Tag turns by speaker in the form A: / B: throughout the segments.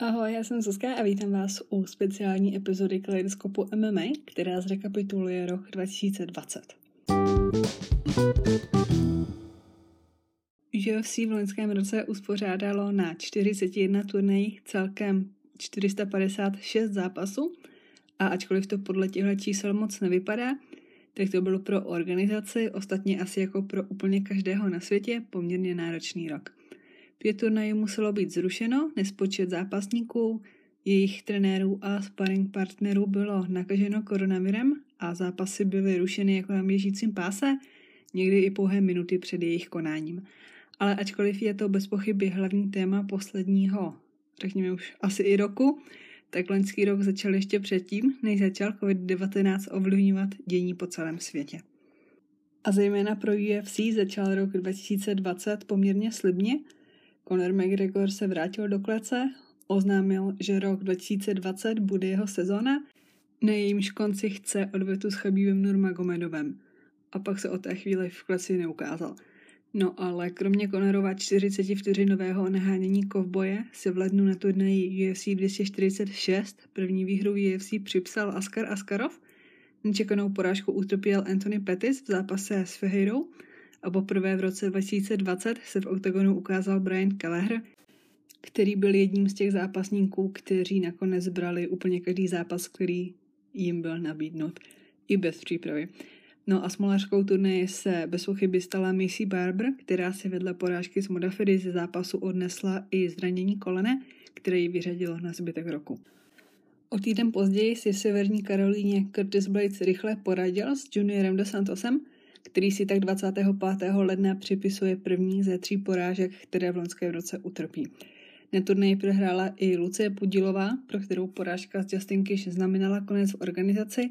A: Ahoj, já jsem Zuzka a vítám vás u speciální epizody Kaleidoskopu MMA, která zrekapituluje rok 2020. UFC v loňském roce uspořádalo na 41 turnajích celkem 456 zápasů a ačkoliv to podle těchto čísel moc nevypadá, tak to bylo pro organizaci, ostatně asi jako pro úplně každého na světě, poměrně náročný rok. 5 turnajů muselo být zrušeno, nespočet zápasníků, jejich trenérů a sparring partnerů bylo nakaženo koronavirem a zápasy byly rušeny jako na běžícím páse, někdy i pouhé minuty před jejich konáním. Ale ačkoliv je to bez pochyby hlavní téma posledního, řekněme už asi i roku, tak loňský rok začal ještě předtím, než začal COVID-19 ovlivňovat dění po celém světě. A zejména pro UFC začal rok 2020 poměrně slibně. Conor McGregor se vrátil do klece, oznámil, že rok 2020 bude jeho sezóna, na jejímž konci chce odvetu s Khabibem Nurmagomedovem. A pak se od té chvíli v kleci neukázal. No ale kromě Conorova 40-vteřinového nahánění kovboje si v lednu na turnaji UFC 246 první výhru UFC připsal Askar Askarov, nečekanou porážku utrpěl Anthony Pettis v zápase s Ferreirou a poprvé v roce 2020 se v oktagonu ukázal Brian Kelleher, který byl jedním z těch zápasníků, kteří nakonec brali úplně každý zápas, který jim byl nabídnut, i bez přípravy. No a smolařskou turnaji se bez pochyby stala Maycee Barber, která si vedle porážky s Modafferi ze zápasu odnesla i zranění kolene, které ji vyřadilo na zbytek roku. O týden později si v Severní Karolíně Curtis Blaydes rychle poradil s Juniorem dos Santosem, který si tak 25. ledna připisuje první ze 3 porážek, které v loňském roce utrpí. Na turnaji prohrála i Lucie Pudilová, pro kterou porážka z Justin Kish znamenala konec v organizaci.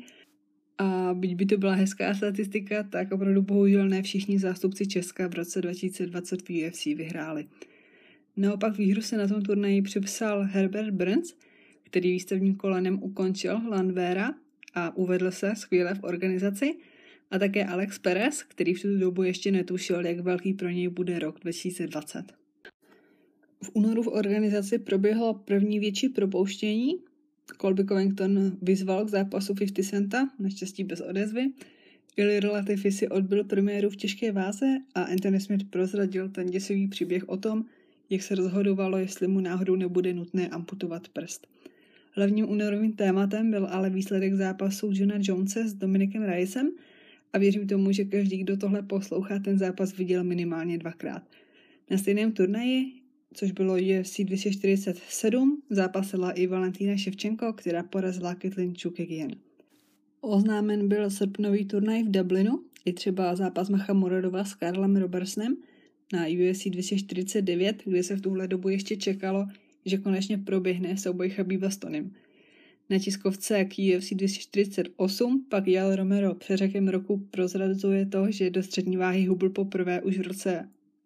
A: A byť by to byla hezká statistika, tak opravdu bohužel ne všichni zástupci Česka v roce 2020 v UFC vyhráli. Naopak výhru se na tom turnaji připsal Herbert Burns, který výstavním kolenem ukončil Landwehrera a uvedl se skvěle v organizaci, a také Alex Perez, který v tu dobu ještě netušil, jak velký pro něj bude rok 2020. V únoru v organizaci proběhlo první větší propouštění. Colby Covington vyzval k zápasu 50 Centa, naštěstí bez odezvy. Ilir Latifi si odbyl premiéru v těžké váze a Anthony Smith prozradil ten děsivý příběh o tom, jak se rozhodovalo, jestli mu náhodou nebude nutné amputovat prst. Hlavním únorovým tématem byl ale výsledek zápasu Johna Jonese s Dominikem Reyesem a věřím tomu, že každý, kdo tohle poslouchá, ten zápas viděl minimálně 2krát. Na stejném turnaji, což bylo UFC 247, zápasila i Valentína Ševčenko, která porazila Katlyn Chookagian. Oznámen byl srpnový turnaj v Dublinu, i třeba zápas Machamuradova s Karlem Robertsonem na UFC 249, kde se v tuhle dobu ještě čekalo, že konečně proběhne souboj Khabiba s Tonym. Na tiskovce k UFC 248 pak Yoel Romero přeřekem roku prozrazuje to, že do střední váhy hubl poprvé už v roce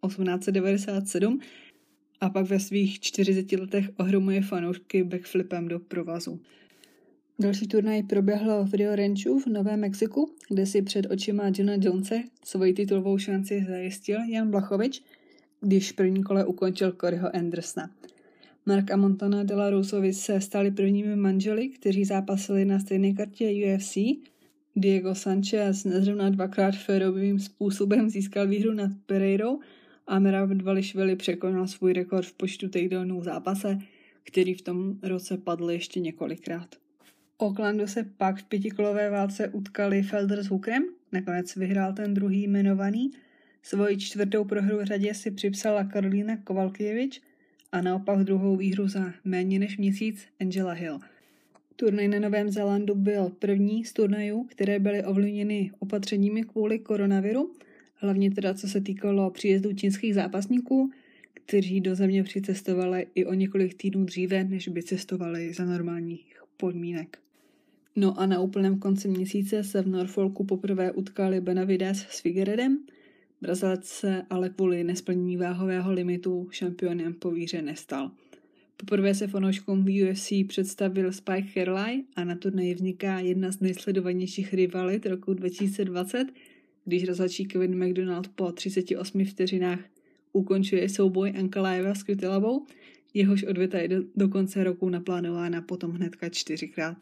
A: 1897 a pak ve svých 40 letech ohromuje fanoušky backflipem do provazu. Další turnaj proběhlo v Rio Ranchu v Novém Mexiku, kde si před očima Johna Jonese svoji titulovou šanci zajistil Jan Blachowicz, když v prvním kole ukončil Coreyho Andersona. Mark a Montana de la Rosovi se stali prvními manželi, kteří zápasili na stejné kartě UFC. Diego Sanchez nezrovna 2krát férovým způsobem získal výhru nad Pereirou a Merab Dvalishvili překonal svůj rekord v počtu takedownů v zápase, který v tom roce padl ještě několikrát. V Oaklandu se pak v 5kolové válce utkali Felder s Hookerem, nakonec vyhrál ten druhý jmenovaný. Svoji 4. prohru v řadě si připsala Karolína Kovalkiewicz a naopak druhou výhru za méně než měsíc Angela Hill. Turnaj na Novém Zélandu byl první z turnajů, které byly ovlivněny opatřeními kvůli koronaviru, hlavně teda co se týkalo příjezdu čínských zápasníků, kteří do země přicestovali i o několik týdnů dříve, než by cestovali za normálních podmínek. No a na úplném konci měsíce se v Norfolku poprvé utkali Benavidez s Figueiredem. Brazilec se ale kvůli nesplnění váhového limitu šampionem po výhře nestal. Poprvé se fanouškům v UFC představil Spike Herley a na turnaji vzniká jedna z nejsledovanějších rivalit roku 2020, když rozhodčí Kevin McDonald po 38 vteřinách ukončuje souboj Ankalaeva s Kvitelavou, jehož odvěta je do konce roku naplánována potom hnedka 4krát.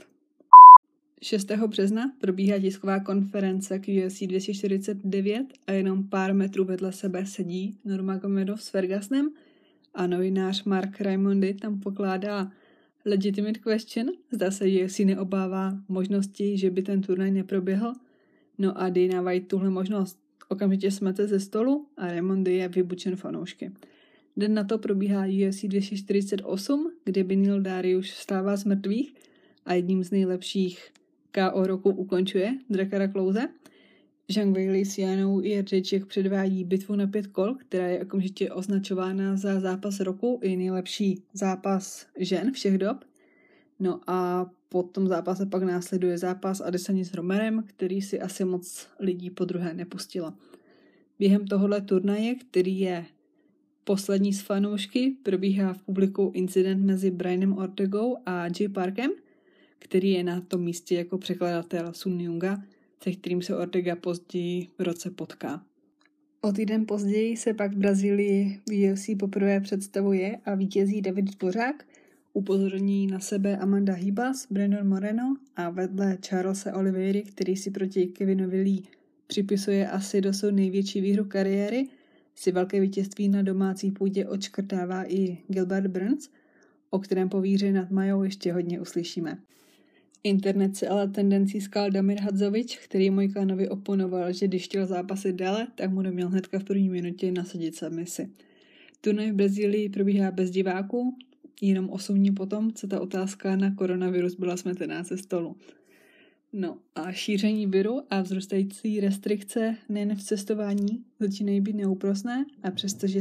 A: 6. března probíhá tisková konference k UFC 249 a jenom pár metrů vedle sebe sedí Nurmagomedov s Fergusonem a novinář Mark Raimondi tam pokládá legitimate question, zda se UFC neobává možnosti, že by ten turnaj neproběhl. No a Dana White tuhle možnost okamžitě smete ze stolu a Raimondi je vybučen fanoušky. Den na to probíhá UFC 248, kde Beneil Dariush vstává z mrtvých a jedním z nejlepších KO roku ukončuje Drakara Klose. Zhang Weili s Janou Jędrzejczyk předvádí bitvu na 5 kol, která je okamžitě označována za zápas roku i nejlepší zápas žen všech dob. No a po tom zápase pak následuje zápas Adesanya s Romerem, který si asi moc lidí podruhé nepustilo. Během tohohle turnaje, který je poslední z fanoušky, probíhá v publiku incident mezi Brianem Ortegou a Jay Parkem, který je na tom místě jako překladatel Sun Yunga, se kterým se Ortega později v roce potká. O týden později se pak v Brazílii v UFC poprvé představuje a vítězí David Dvořák, upozorní na sebe Amanda Ribas, Brandon Moreno a vedle Charlesa Oliveira, který si proti Kevinovi Lee připisuje asi dosud největší výhru kariéry, si velké vítězství na domácí půdě odškrtává i Gilbert Burns, o kterém po výhře nad Majou ještě hodně uslyšíme. Internet se ale tendencí skal Damir Hadzovič, který Mojkanovi oponoval, že když chtěl zápasit dále, tak mu neměl hnedka v první minutě nasadit submisi. Turnaj v Brazílii probíhá bez diváků, jenom 8 dní potom, co ta otázka na koronavirus byla smetená ze stolu. No a šíření viru a vzrůstající restrikce nejen v cestování začínají být neúprosné a přestože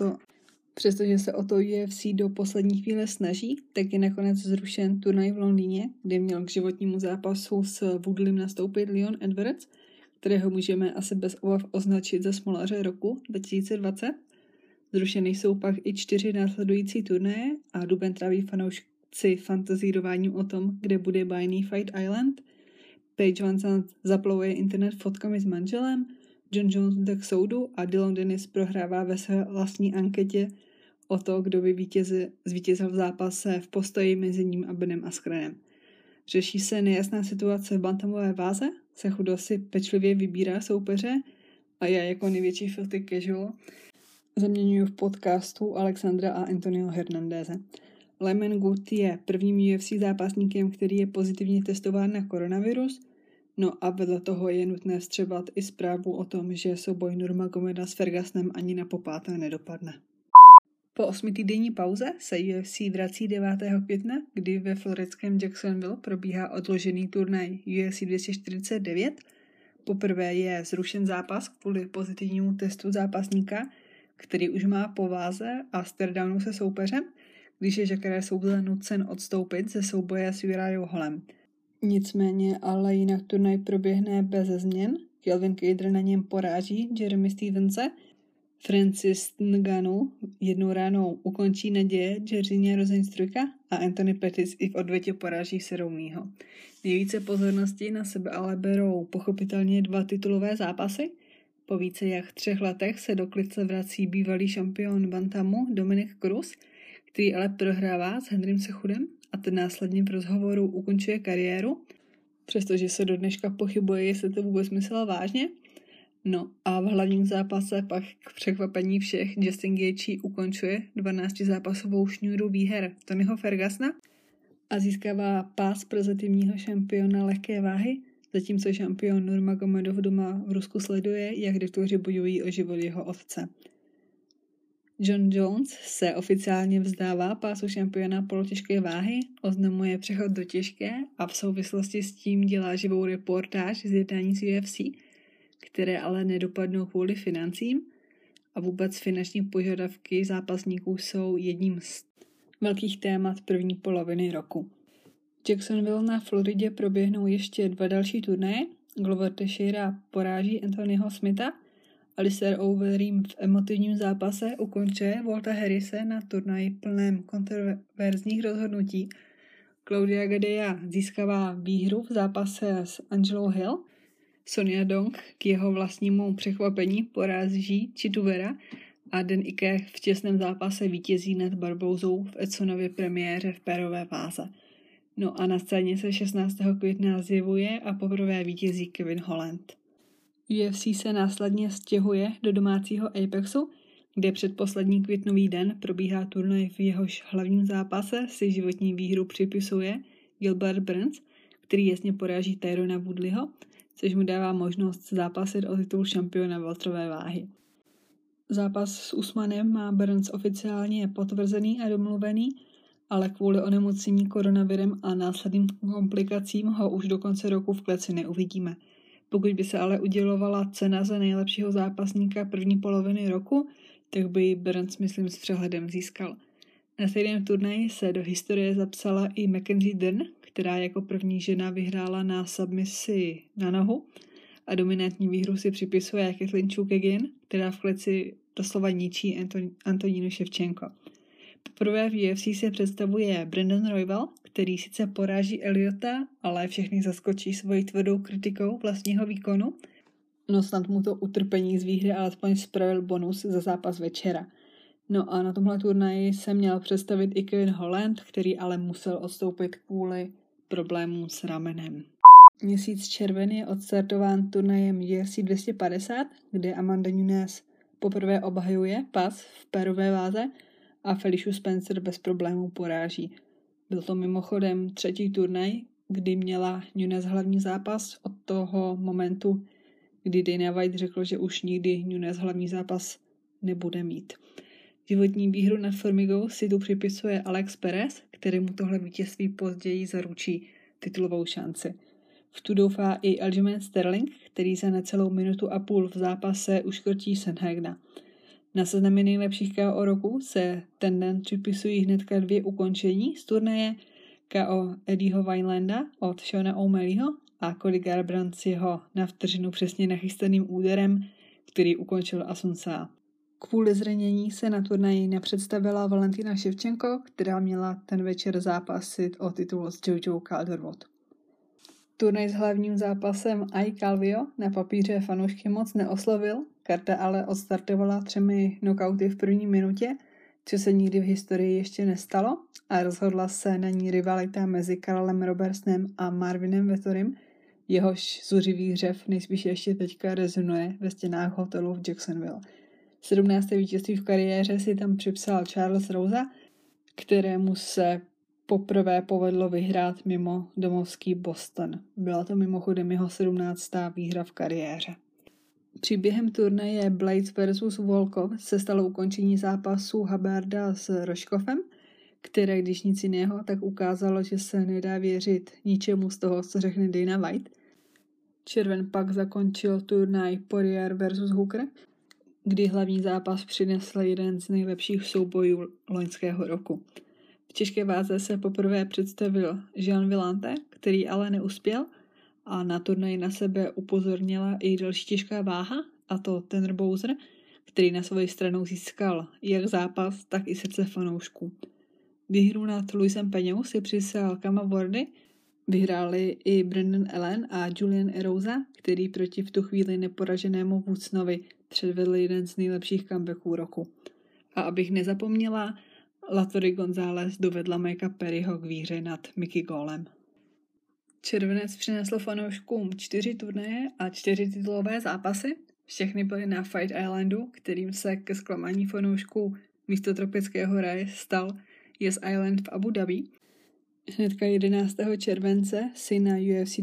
A: se o to UFC do poslední chvíle snaží, tak je nakonec zrušen turnaj v Londýně, kde měl k životnímu zápasu s Woodleym nastoupit Leon Edwards, kterého můžeme asi bez obav označit za smolaře roku 2020. Zrušeny jsou pak i 4 následující turnaje a duben tráví fanoušci fantazírováním o tom, kde bude bajný Fight Island. Paige VanZant zaplavuje internet fotkami s manželem, John Jones jde k soudu a Dillon Danis prohrává ve své vlastní anketě o to, kdo by zvítězil v zápase v postoji mezi ním a Benem Askrenem. Řeší se nejasná situace v bantamové váze, Cejudo si pečlivě vybírá soupeře a já jako největší filthy casual zaměňuji v podcastu Alexandra a Antonio Hernandeze. Lemon Good je prvním UFC zápasníkem, který je pozitivně testován na koronavirus, no a vedle toho je nutné vstřebat i zprávu o tom, že souboj Nurmagomeda s Fergusonem ani na popáté nedopadne. Po 8týdenní pauze se UFC vrací 9. května, kdy ve floridském Jacksonville probíhá odložený turnaj UFC 249. Poprvé je zrušen zápas kvůli pozitivnímu testu zápasníka, který už má po váze a staredownu se soupeřem, když je Jacare Souza nucen odstoupit ze souboje s Uriahou Hallem. Nicméně ale jinak turnaj proběhne bez změn. Kelvin Kattar na něm poráží Jeremy Stevense, Francis Ngannou jednou ránou ukončí naděje Jairzinha Rozenstruika a Anthony Pettis i v odvětě poráží Cerroneho. Nejvíce pozornosti na sebe ale berou pochopitelně 2 titulové zápasy. Po více jak 3 letech se do klice vrací bývalý šampion bantamu Dominic Cruz, který ale prohrává s Henrym Cechudem a ten následně v rozhovoru ukončuje kariéru, přestože se do dneška pochybuje, jestli to vůbec myslel vážně. No a v hlavním zápase pak k překvapení všech Justin Gaethje ukončuje 12zápasovou šňůru výher Tonyho Fergusona a získává pás prezativního šampiona lehké váhy, zatímco šampion Nurmagomedov doma v Rusku sleduje, jak diktoři bojují o život jeho otce. John Jones se oficiálně vzdává pásu šampiona polotěžké váhy, oznamuje přechod do těžké a v souvislosti s tím dělá živou reportáž z jednání z UFC, které ale nedopadnou kvůli financím a vůbec finanční požadavky zápasníků jsou jedním z velkých témat první poloviny roku. V Jacksonville na Floridě proběhnou ještě 2 další turnaje. Glover Teixeira poráží Anthonyho Smitha, Alistair Overeem v emotivním zápase ukončuje Volta Harrise na turnaji plném kontroverzních rozhodnutí. Claudia Gadelha získává výhru v zápase s Angelou Hill. Sonia Dong k jeho vlastnímu překvapení poráží Chitu Vera a Den Ike v těsném zápase vítězí nad Barbouzou v Edsonově premiéře v pérové váze. No a na scéně se 16. května zjevuje a poprvé vítězí Kevin Holland. UFC se následně stěhuje do domácího Apexu, kde předposlední květnový den probíhá turnaj, v jehož hlavním zápase si životní výhru připisuje Gilbert Burns, který jasně poráží Tyrona Woodleyho, což mu dává možnost zápasit o titul šampiona welterové váhy. Zápas s Usmanem má Burns oficiálně potvrzený a domluvený, ale kvůli onemocnění koronavirem a následným komplikacím ho už do konce roku v kleci neuvidíme. Pokud by se ale udělovala cena za nejlepšího zápasníka první poloviny roku, tak by ji Burns, myslím, s přehledem získal. Na stejném turnaji se do historie zapsala i Mackenzie Dern, která jako první žena vyhrála na submisi na nohu a dominantní výhru si připisuje Kathleen Chookagian, která v kleci doslova ničí Antonínu Ševčenko. Poprvé v UFC se představuje Brandon Royval, který sice poráží Eliota, ale všechny zaskočí svojí tvrdou kritikou vlastního výkonu. No snad mu to utrpení z výhry alespoň spravil bonus za zápas večera. No a na tomhle turnaji se měl představit i Kevin Holland, který ale musel odstoupit kvůli problémům s ramenem. Měsíc červen je odstartován turnajem UFC 250, kde Amanda Nunes poprvé obhajuje pas v pérové váze a Felicia Spencer bez problémů poráží. Byl to mimochodem třetí turnaj, kdy měla Nunes hlavní zápas od toho momentu, kdy Dana White řekl, že už nikdy Nunes hlavní zápas nebude mít. Životní výhru nad Formigou si tu připisuje Alex Perez, kterému tohle vítězství později zaručí titulovou šanci. V tu doufá i Aljamain Sterling, který za necelou minutu a půl v zápase uškrtí Sandhagna. Na seznamě nejlepších KO roku se ten den připisují hnedka 2 ukončení z turnaje KO Eddieho Winelanda od Seana O'Malleyho a Cody Garbrandt jeho na vteřinu přesně nachystaným úderem, který ukončil Asunca. Kvůli zranění se na turnaji nepředstavila Valentina Ševčenko, která měla ten večer zápasit o titul s Jojo Calderwood. Turnaj s hlavním zápasem Ai Calvillo na papíře fanoušky moc neoslovil, karta ale odstartovala 3 knockouty v první minutě, co se nikdy v historii ještě nestalo, a rozhodla se na ní rivalita mezi Karlem Robertsonem a Marvinem Vettorim, jehož zuřivý hřev nejspíš ještě teďka rezonuje ve stěnách hotelu v Jacksonville. 17. vítězství v kariéře si tam připsal Charles Rosa, kterému se poprvé povedlo vyhrát mimo domovský Boston. Byla to mimochodem jeho 17. výhra v kariéře. Příběhem turnaje Blades vs. Volkov se stalo ukončení zápasu Habarda s Roškovem, které, když nic jiného, tak ukázalo, že se nedá věřit ničemu z toho, co řekne Dana White. Červen pak zakončil turnaj Poirier vs. Hooker, kdy hlavní zápas přinesl jeden z nejlepších soubojů loňského roku. V těžké váze se poprvé představil Jean Villante, který ale neuspěl, a na turnaji na sebe upozornila i další těžká váha, a to Tanner Bowser, který na svou stranu získal jak zápas, tak i srdce fanoušků. Výhru nad Luisem Peňou si přisál Kama Wordy, vyhráli i Brendan Allen a Julian Erosa, který proti v tu chvíli neporaženému Woodsnovi předvedl jeden z nejlepších comebacků roku. A abych nezapomněla, Latory González dovedla Mikea Perryho k výhře nad Mickey Gallem. Červenec přinesl fanouškům 4 turnaje a 4 titulové zápasy. Všechny byly na Fight Islandu, kterým se ke zklamání fanoušků místo tropického ráje stal Yes Island v Abu Dhabi. Hnedka 11. července si na UFC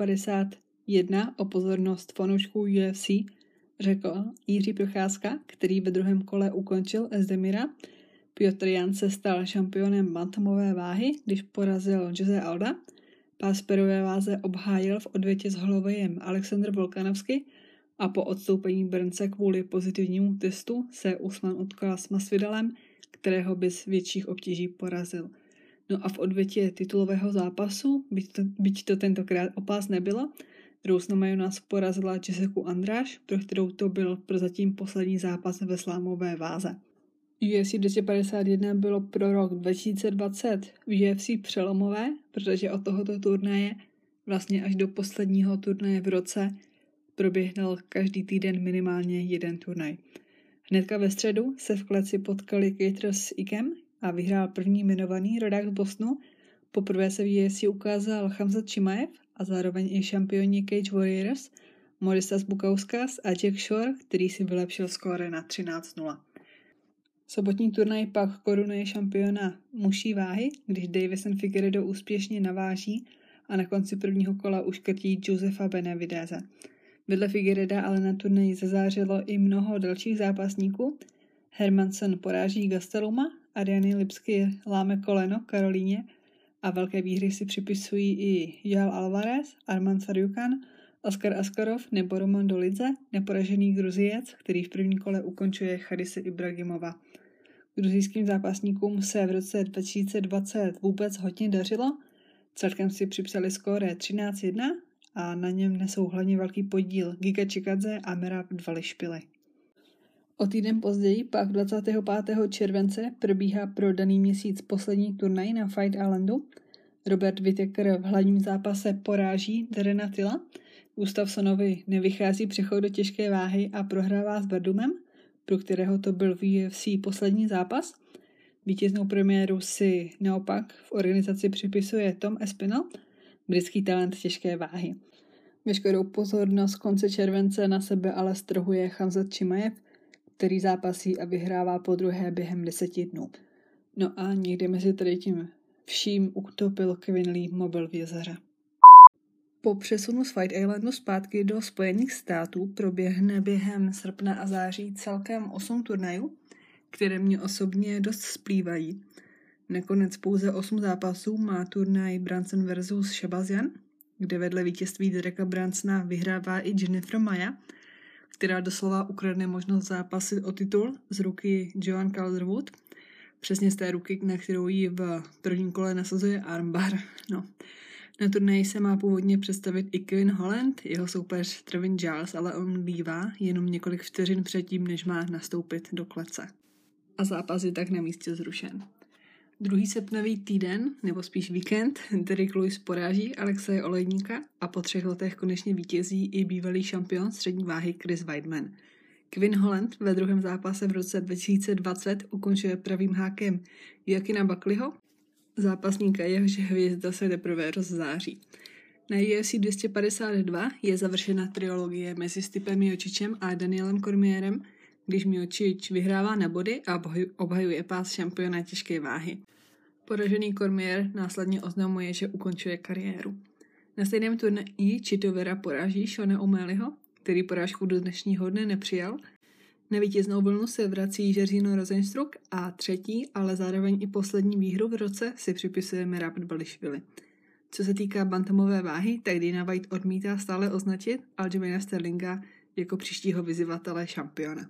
A: 251 o pozornost fanoušků UFC řekl Jiří Procházka, který ve druhém kole ukončil Esdemira. Piotr Jan se stal šampionem bantamové váhy, když porazil Jose Alda. Pás perové váze obhájil v odvětě s Hollowayem Alexander Volkanovski a po odstoupení Burnse kvůli pozitivnímu testu se Usman utkal s Masvidalem, kterého bez větších obtíží porazil. No a v odvětě titulového zápasu, byť to tentokrát o pás nebylo, Rose Namajunas porazila Jessicu Andráš, pro kterou to byl prozatím poslední zápas ve slámové váze. UFC 251 bylo pro rok 2020 v UFC přelomové, protože od tohoto turnaje vlastně až do posledního turnaje v roce proběhnul každý týden minimálně jeden turnaj. Hnedka ve středu se v kleci potkali Kattar s Ikem a vyhrál první jmenovaný rodák z Bostonu. Poprvé se v UFC ukázal Khamzat Chimaev a zároveň i šampioni Cage Warriors Moristas Bukauskas a Jack Shore, který si vylepšil skóre na 13-0. Sobotní turnaj pak korunuje šampiona mužší váhy, když Davison Figueiredo úspěšně naváží a na konci prvního kola uškrtí Josefa Benavideze. Vedle Figueireda ale na turnaji zazářilo i mnoho dalších zápasníků. Hermansson poráží Gasteluma, Ariane Lipsky láme koleno Karolíně a velké výhry si připisují i Joel Alvarez, Arman Tsarukyan, Oskar Askarov nebo Roman Dolidze, neporažený Gruzijec, který v prvním kole ukončuje Chadise Ibragimova. Gruzijským zápasníkům se v roce 2020 vůbec hodně dařilo, celkem si připsali skóre 13-1 a na něm nesou hlavně velký podíl Giga Chikadze a Merab Dvalishvili. O týden později, pak 25. července, probíhá pro daný měsíc poslední turnaj na Fight Islandu. Robert Whittaker v hlavním zápase poráží Darrena Tilla, Gustafssonovi nevychází přechod do těžké váhy a prohrává s Verdumem, pro kterého to byl v UFC poslední zápas. Vítěznou premiéru si naopak v organizaci připisuje Tom Espinel, britský talent těžké váhy. Veškerou pozornost konce července na sebe ale strhuje Khamzat Chimaev, který zápasí a vyhrává podruhé během 10 dnů. No a někde mezi tady tím vším utopil Kevin Lee mobil v jezeře. Po přesunu z Fight Islandu zpátky do Spojených států proběhne během srpna a září celkem 8 turnajů, které mě osobně dost splývají. Nakonec pouze 8 zápasů má turnaj Brunson vs. Shabazian, kde vedle vítězství Dereka Brunsona vyhrává i Jennifer Maia, která doslova ukradne možnost zápasit o titul z ruky Joanne Calderwood, přesně z té ruky, na kterou ji v prvním kole nasazuje armbar. Na turnaji se má původně představit i Kevin Holland, jeho soupeř Trevin Giles, ale on bývá jenom několik vteřin předtím, než má nastoupit do klece. A zápas je tak na místě zrušen. 2. srpnový týden, nebo spíš víkend, Derrick Lewis poráží Alexeje Olejníka a po 3 letech konečně vítězí i bývalý šampion střední váhy Chris Weidman. Kevin Holland ve druhém zápase v roce 2020 ukončuje pravým hákem Joaquina Buckleyho, zápasníka, jehož hvězda se teprve rozzáří. Na UFC 252 je završena trilogie mezi Stipem Miocičem a Danielem Cormierem, když Miocic vyhrává na body a obhajuje pás šampiona těžké váhy. Poražený Cormier následně oznamuje, že ukončuje kariéru. Na stejném turnaji Chito Vera poráží Seana O'Malleyho, který porážku do dnešního dne nepřijal. Na vítěznou vlnu se vrací Jairzinho Rozenstruik a třetí, ale zároveň i poslední výhru v roce si připisuje Merab Dvalishvili. Co se týká bantamové váhy, tak Dana White odmítá stále označit Aljamaina Sterlinga jako příštího vyzývatele šampiona.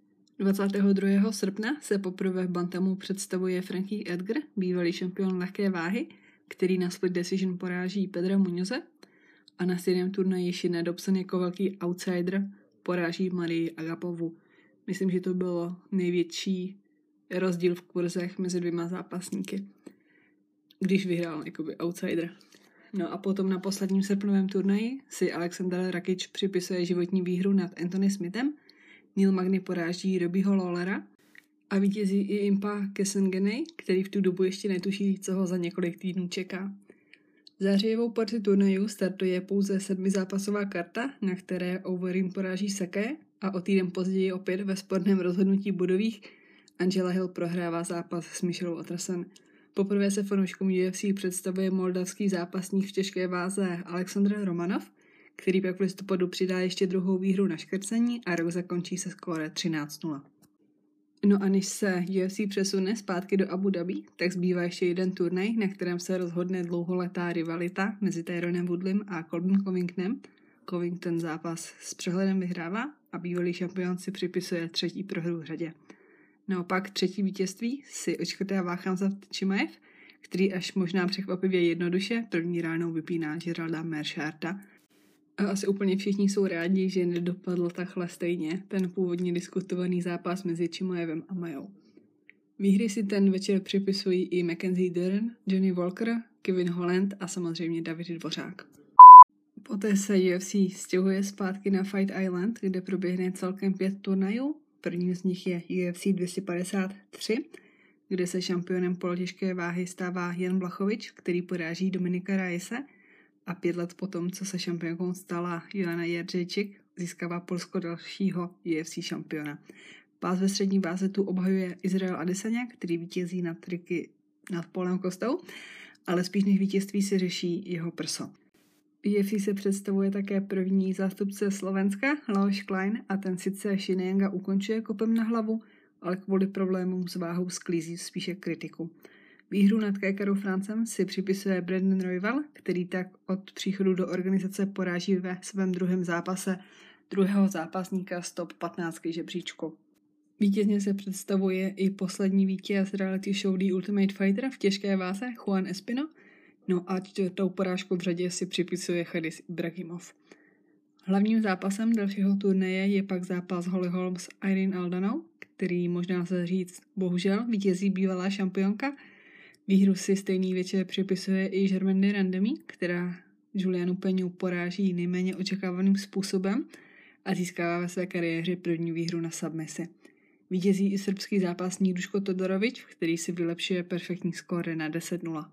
A: 22. srpna se poprvé v bantamu představuje Frankie Edgar, bývalý šampion lehké váhy, který na split decision poráží Pedra Muñoze, a na stejném turnaji Shina Dobson jako velký outsider poráží Marii Agapovu. Myslím, že to bylo největší rozdíl v kurzech mezi 2 zápasníky, když vyhrál jakoby outsider. No a potom na posledním srpnovém turnaji si Alexander Rakic připisuje životní výhru nad Anthony Smithem, Neil Magny poráží Robbieho Lawlera a vítězí i Impa Kesengenei, který v tu dobu ještě netuší, co ho za několik týdnů čeká. Zářijovou partii turnajů startuje pouze 7zápasová karta, na které Overeem poráží Saké a o týden později opět ve sporném rozhodnutí bodových Angela Hill prohrává zápas s Michelou Waterson. Poprvé se fanouškům UFC představuje moldavský zápasník v těžké váze Aleksandr Romanov, který pak v listopadu přidá ještě 2. výhru na škrcení a rok zakončí se skóre 13-0. No a než se UFC přesune zpátky do Abu Dhabi, tak zbývá ještě jeden turnaj, na kterém se rozhodne dlouholetá rivalita mezi Tyronem Woodleym a Colbym Covingtonem. Covington zápas s přehledem vyhrává a bývalý šampion si připisuje 3. prohru v řadě. Naopak 3. vítězství si odškrtává Khamzat Chimaev, který až možná překvapivě jednoduše první ránou vypíná Geralda Meerschaerta. A asi úplně všichni jsou rádi, že nedopadl takhle stejně ten původně diskutovaný zápas mezi Chimaevem a Maijou. Výhry si ten večer připisují i Mackenzie Dern, Johnny Walker, Kevin Holland a samozřejmě David Dvořák. Poté se UFC stěhuje zpátky na Fight Island, kde proběhne celkem 5 turnajů. Prvním z nich je UFC 253, kde se šampionem polotěžké váhy stává Jan Blachowicz, který poráží Dominika Reyese, a 5 let potom, co se šampionkou stala Joanna Jędrzejczyk, získává Polsko dalšího UFC šampiona. Pás ve střední váze tu obhajuje Israel Adesanya, který vítězí nad triky nad Paulem Costou, ale spíš než vítězství si řeší jeho prso. UFC se představuje také první zástupce Slovenska, Leoš Klein, a ten sice Shinyanga ukončuje kopem na hlavu, ale kvůli problémům s váhou sklízí spíše kritiku. Výhru nad Kékarou Francem si připisuje Brandon Royval, který tak od příchodu do organizace poráží ve svém druhém zápase druhého zápasníka z top 15 žebříčku. Vítězně se představuje i poslední vítěz reality show The Ultimate Fighter v těžké váze Juan Espino, no a 4. porážku v řadě si připisuje Khadis Ibragimov. Hlavním zápasem dalšího turnaje je pak zápas Holly Holm s Irene Aldanou, který možná se říct bohužel vítězí bývalá šampionka. Výhru si stejný večer připisuje i Germaine de Randamie, která Julianu Peňu poráží nejméně očekávaným způsobem a získává ve své kariéře první výhru na submisi. Vítězí i srbský zápasník Duško Todorovič, který si vylepšuje perfektní skóre na 10-0.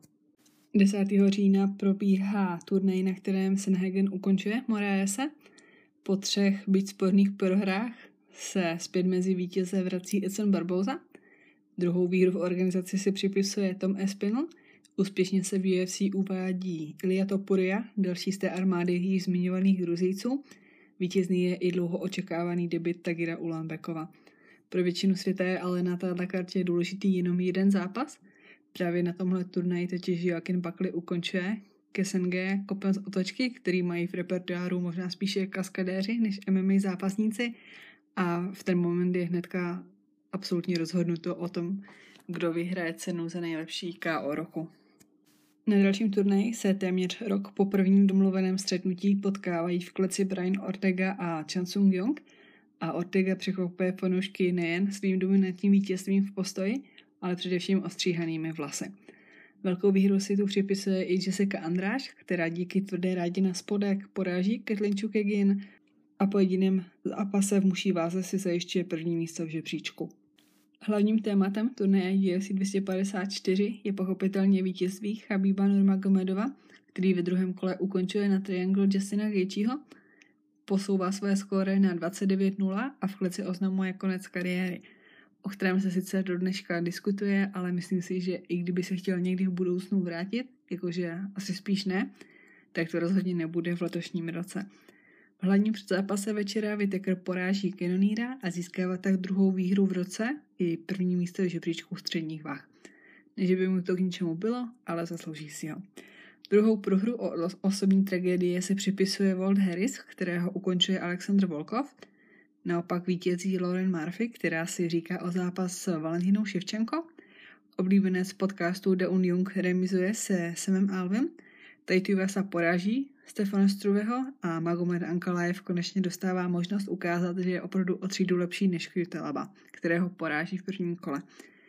A: 10. října probíhá turnaj, na kterém Sanhagen ukončuje Moraese. Po 3 byť sporných prohrách se zpět mezi vítěze vrací Edson Barboza. Druhou výhru v organizaci si připisuje Tom Espinel. Úspěšně se v UFC uvádí Ilia Topuria, další z té armády již zmiňovaných Gruzíců. Vítězný je i dlouho očekávaný debut Tagira Ulanbekova. Pro většinu světa je ale na této kartě důležitý jenom jeden zápas. Právě na tomhle turnaji totiž Joaquin Buckley ukončuje Kesenge kopem z otočky, který mají v repertoáru možná spíše kaskadéři než MMA zápasníci, a v ten moment je hnedka absolutně rozhodnuto o tom, kdo vyhraje cenu za nejlepší KO roku. Na dalším turnaji se téměř rok po prvním domluveném střetnutí potkávají v kleci Brian Ortega a Chan Sung Jung, a Ortega překvapuje fanoušky nejen svým dominantním vítězstvím v postoji, ale především ostříhanými vlasy. Velkou výhru si tu připisuje i Jessica Andráš, která díky tvrdé rádě na spodek poráží Kathleen Chookagian a po jediném zápase v muší váze si zajišťuje první místo v žebříčku. Hlavním tématem turnaje UFC 254 je pochopitelně vítězství Khabiba Nurmagomedova, který ve druhém kole ukončuje na triangle Justina Gaethjeho, posouvá své skóre na 29-0 a v kleci oznamuje konec kariéry, o kterém se sice do dneška diskutuje, ale myslím si, že i kdyby se chtěl někdy v budoucnu vrátit, jakože asi spíš ne, tak to rozhodně nebude v letošním roce. V hlavním předzápase večera Whittaker poráží Cannoniera a získává tak druhou výhru v roce i první místo v žebříčku středních váh. Ne, že by mu to k ničemu bylo, ale zaslouží si ho. Druhou prohru o osobní tragédie se připisuje Walt Harris, kterého ukončuje Alexander Volkov. Naopak vítězí Lauren Murphy, která si říká o zápas s Valentinou Ševčenko. Oblíbenec podcastu Daun Jung remizuje se Samem Alvem. Taituivasa poráží Stefana Struveho a Magomed Ankalaev konečně dostává možnost ukázat, že je opravdu o třídu lepší než Kytelaba, kterého poráží v prvním kole.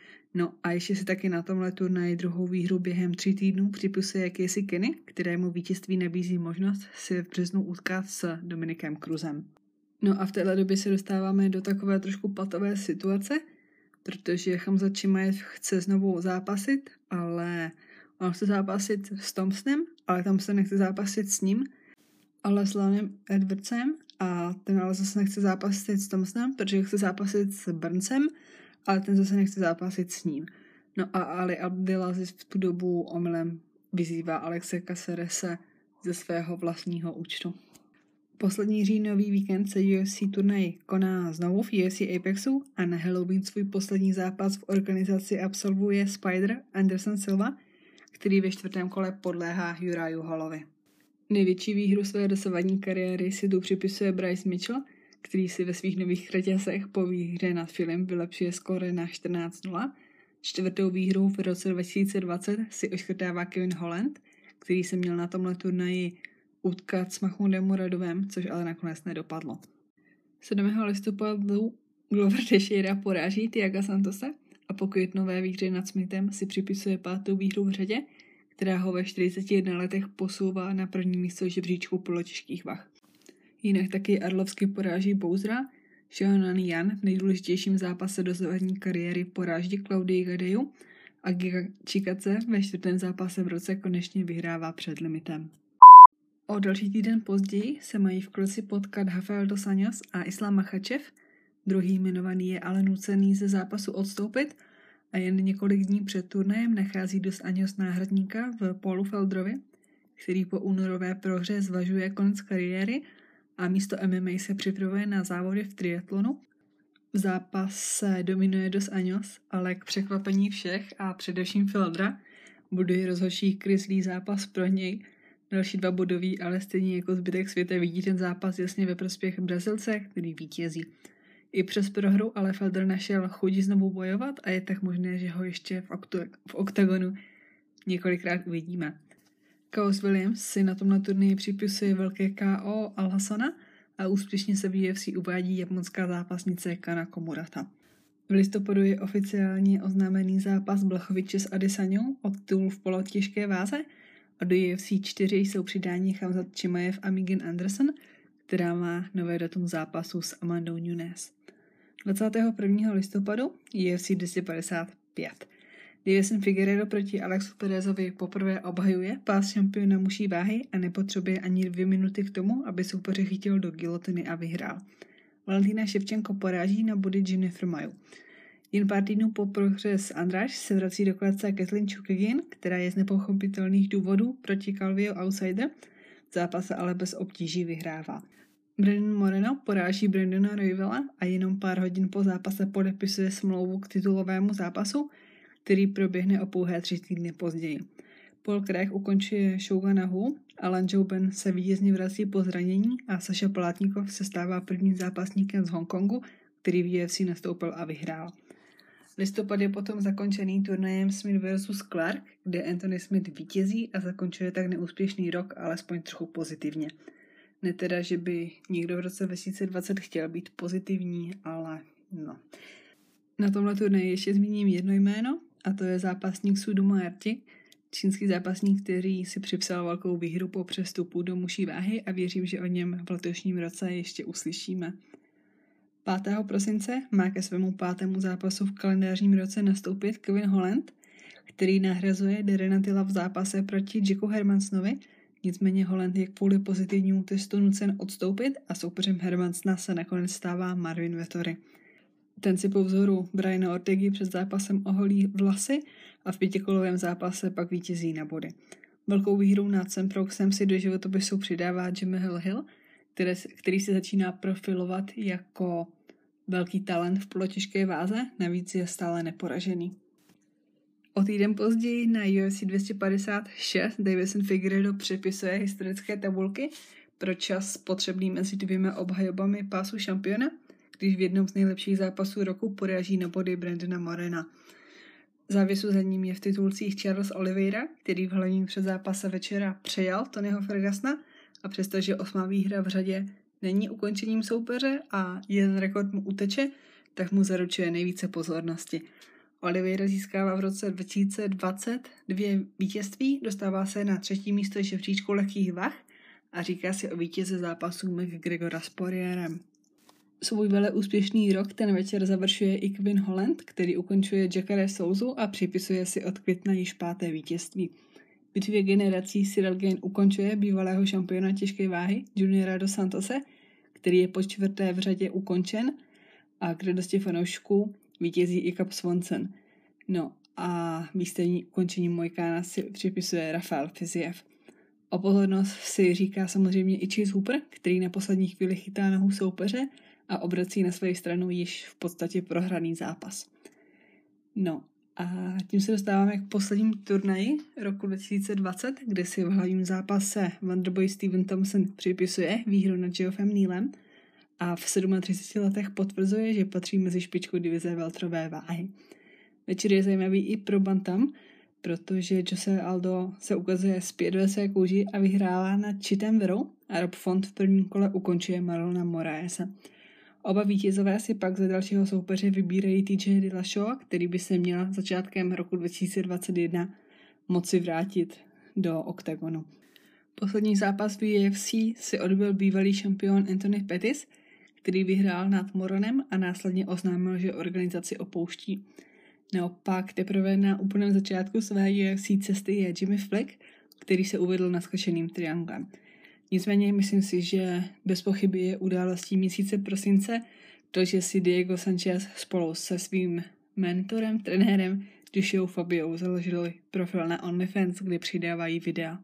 A: No a ještě si taky na tomhle turnaji druhou výhru během 3 týdnů připisuje Casey Kenny, kterému vítězství nabízí možnost si v březnu utkat s Dominikem Cruzem. No a v této době se dostáváme do takové trošku patové situace, protože Khamzat Chimaev chce znovu zápasit, ale on chce zápasit s Thompsonem, ale tam se nechce zápasit s ním, ale s Leonem Edwardsem, a ten ale zase nechce zápasit s Thompsonem, protože chce zápasit s Burnsem, ale ten zase nechce zápasit s ním. No a Ali Abdelaziz v tu dobu omylem vyzývá Alexe Cacerese ze svého vlastního účtu. Poslední říjnový víkend se UFC turnaj koná znovu v UFC Apexu a na Halloween svůj poslední zápas v organizaci absolvuje Spider Anderson Silva, který ve 4. kole podléhá Uriahu Hallovi. Největší výhru své dosavadní kariéry si tu připisuje Bryce Mitchell, který si ve svých nových kraťasech po výhře nad Philem vylepšuje skóre na 14-0. 4. výhru v roce 2020 si oškrtává Kevin Holland, který se měl na tomhle turnaji utkat s Mahmoudem Muradovem, což ale nakonec nedopadlo. 7. listopadu Glover Teixeira poráží Thiaga Santose a po květnové výhře nad Smithem si připisuje 5. výhru v řadě, která ho ve 41 letech posouvá na první místo žebříčku polotěžkých vah. Jinak taky Arlovsky poráží Bowsera, Xiaonan Yan v nejdůležitějším zápase dosavadní kariéry poráží Claudii Gadeju a Giga Chikadze ve 4. zápase v roce konečně vyhrává před limitem. O další týden později se mají v kroci potkat Rafael dos Anjos a Islam Makhachev. Druhý jmenovaný je ale nucený ze zápasu odstoupit a jen několik dní před turnajem nachází dos Anjos náhradníka v Paulu Felderovi, který po únorové prohře zvažuje konec kariéry a místo MMA se připravuje na závody v triatlonu. V zápase dominuje dos Anjos, ale k překvapení všech a především Feldera buduje rozhodčí kryslý zápas pro něj. Další 2 bodový, ale stejně jako zbytek světa vidí ten zápas jasně ve prospěch Brazilce, který vítězí. I přes prohru ale Felder našel chuť znovu bojovat a je tak možné, že ho ještě v oktagonu několikrát uvidíme. Khaos Williams si na tomhle turnaji připisuje velké KO Al-Hassana a úspěšně se v UFC uvádí japonská zápasnice Kana Komurata. V listopadu je oficiálně oznámený zápas Blachowicze s Adesannou o titul v polotěžké váze a do UFC 4 jsou přidáni Khamzat Chimaev a Megan Anderson, která má nové datum zápasu s Amandou Nunes. 21. listopadu UFC 255. Davison Figueiredo proti Alexu Perezovi poprvé obhajuje pás šampiona mužší váhy a nepotřebuje ani 2 minuty k tomu, aby soupeře chytil do gilotiny a vyhrál. Valentina Ševčenko poráží na body Jennifer Mayu. Jen pár týdnů po prohře s Andráš se vrací do kladce Kathleen Chookagian, která je z nepochopitelných důvodů proti Calvillo Outsider, v zápase ale bez obtíží vyhrává. Brandon Moreno poráží Brandona Royvela a jenom pár hodin po zápase podepisuje smlouvu k titulovému zápasu, který proběhne o pouhé 3 týdny později. Paul Craig ukončuje Shogana Hu, Alan Jouban se vítězně vrací po zranění a Saša Palátníkov se stává prvním zápasníkem z Hongkongu, který v UFC nastoupil a vyhrál. Listopad je potom zakončený turnajem Smith vs. Clark, kde Anthony Smith vítězí a zakončuje tak neúspěšný rok alespoň trochu pozitivně. Ne teda, že by někdo v roce 2020 chtěl být pozitivní, ale no. Na tomhle turnaji ještě zmíním jedno jméno, a to je zápasník Sudu Maerti, čínský zápasník, který si připsal velkou výhru po přestupu do mužší váhy a věřím, že o něm v letošním roce ještě uslyšíme. 5. prosince má ke svému 5. zápasu v kalendářním roce nastoupit Kevin Holland, který nahrazuje Darrena Tilla v zápase proti Jacku Hermansonovi, nicméně Holland je kvůli pozitivnímu testu nucen odstoupit a soupeřem Hermansona se nakonec stává Marvin Vettori. Ten si po vzoru Briana Ortegy před zápasem oholí vlasy a v 5kolovém zápase pak vítězí na body. Velkou výhrou nad Sam Proxem si do životopisu přidává Jamahal Hill, který se začíná profilovat jako velký talent v polotěžké váze, navíc je stále neporažený. O týden později na UFC 256 Davison Figueiredo přepisuje historické tabulky pro čas potřebný mezi 2 obhajobami pásu šampiona, když v jednom z nejlepších zápasů roku poráží na body Brandona Morena. Závěsu za ním je v titulcích Charles Oliveira, který v hlavním předzápase večera přejal Tonyho Fergusona a přestože 8. výhra v řadě není ukončením soupeře a jeden rekord mu uteče, tak mu zaručuje nejvíce pozornosti. Oliveira získává v roce 2020 2 vítězství, dostává se na 3. místo žebříčku lehkých vah a říká si o vítěze zápasů McGregora s Poirierem. Svůj vele úspěšný rok ten večer završuje i Kevin Holland, který ukončuje Jacare Souzu a připisuje si od května již 5. vítězství. V bitvě generací Cyril Gane ukončuje bývalého šampiona těžké váhy Juniora dos Santose, který je po 4. v řadě ukončen a k radosti fanoušků vítězí i Cub Swanson. No a výstavní ukončení Mojkána si připisuje Rafael Fiziev. O pozornost si říká samozřejmě i Chase Hooper, který na poslední chvíli chytá nohu soupeře a obrací na své stranu již v podstatě prohraný zápas. No a tím se dostáváme k posledním turnaji roku 2020, kde si v hlavním zápase Wonderboy Steven Thompson připisuje výhru nad Geoffem Nealem a v 37 letech potvrzuje, že patří mezi špičku divize welterové váhy. Večer je zajímavý i pro bantam, protože Jose Aldo se ukazuje zpět ve své kůži a vyhrává nad Chitem Verou a Rob Font v prvním kole ukončuje Marlona Moraese. Oba vítězové si pak za dalšího soupeře vybírají TJ Dillashaw, který by se měl začátkem roku 2021 moci vrátit do oktagonu. Poslední zápas v UFC si odbyl bývalý šampion Anthony Pettis, který vyhrál nad Moranem a následně oznámil, že organizaci opouští. Naopak teprve na úplném začátku své UFC cesty je Jimmy Flick, který se uvedl naskočeným trianglem. Nicméně myslím si, že bez pochyby je událostí měsíce prosince to, že si Diego Sanchez spolu se svým mentorem, trenérem Joshou Fabiou založili profil na OnlyFans, kde přidávají videa.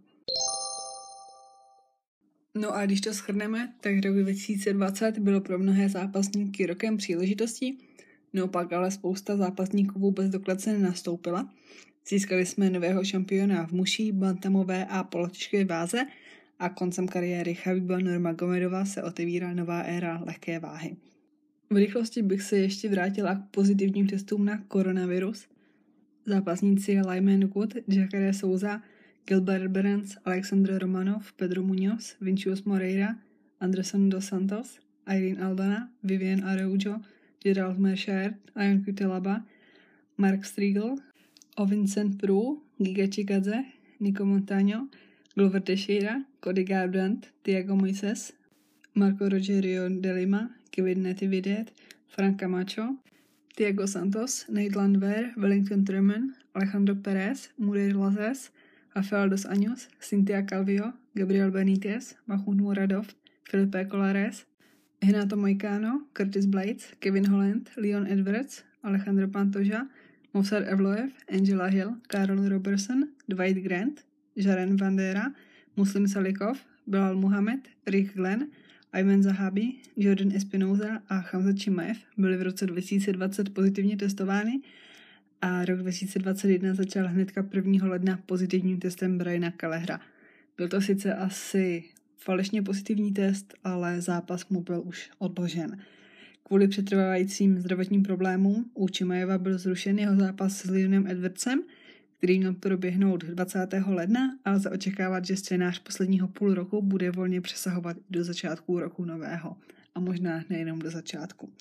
A: No a když to shrneme, tak rok 2020 bylo pro mnohé zápasníky rokem příležitostí, naopak ale spousta zápasníků vůbec do klece nenastoupila. Získali jsme nového šampiona v muší, bantamové a polotěžké váze a koncem kariéry Khabiba Nurmagomedova se otevírá nová éra lehké váhy. V rychlosti bych se ještě vrátila k pozitivním testům na koronavirus. Zápasníci Lyman Good, Jacare Souza, Gilbert Burns, Alexander Romanov, Pedro Muñoz, Vincius Moreira, Anderson dos Santos, Irene Aldana, Vivian Araujo, Gerald Mersher, Ion Cutelaba, Mark Striegel, Vincent Prue, Giga Chikadze, Nico Montano, Glover Teixeira, Cody Garbrandt, Thiago Moises, Marco Rogerio de Lima, Kevin Natividad, Frank Camacho, Thiago Santos, Nate Landwehr, Wellington Turman, Alejandro Perez, Muriel Lazes, Rafael dos Anjos, Cynthia Calvillo, Gabriel Benítez, Mahmoud Muradov, Felipe Colares, Renato Moicano, Curtis Blades, Kevin Holland, Leon Edwards, Alejandro Pantoja, Movsar Evloev, Angela Hill, Karol Robertson, Dwight Grant, Jaren Vandera, Muslim Salikov, Belal Muhammad, Rick Glenn, Ayman Zahabi, Jordan Espinoza a Khamzat Chimaev byli v roce 2020 pozitivně testovány a rok 2021 začal hnedka 1. ledna pozitivním testem Briana Kellehlera. Byl to sice asi falešně pozitivní test, ale zápas mu byl už odložen. Kvůli přetrvávajícím zdravotním problémům u Chimaeva byl zrušen jeho zápas s Leonem Edwardsem, který měl proběhnout 20. ledna, ale lze očekávat, že scénář posledního půl roku bude volně přesahovat do začátku roku nového. A možná nejenom do začátku.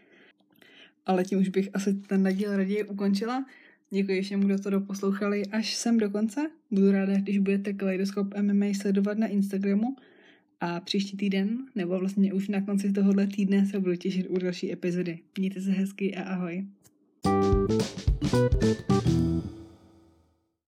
A: Ale tím už bych asi ten díl raději ukončila. Děkuji všem, kdo to doposlouchali až sem do konce. Budu ráda, když budete Kaleidoskop MMA sledovat na Instagramu. A příští týden, nebo vlastně už na konci tohohle týdne se budu těšit u další epizody. Mějte se hezky a ahoj.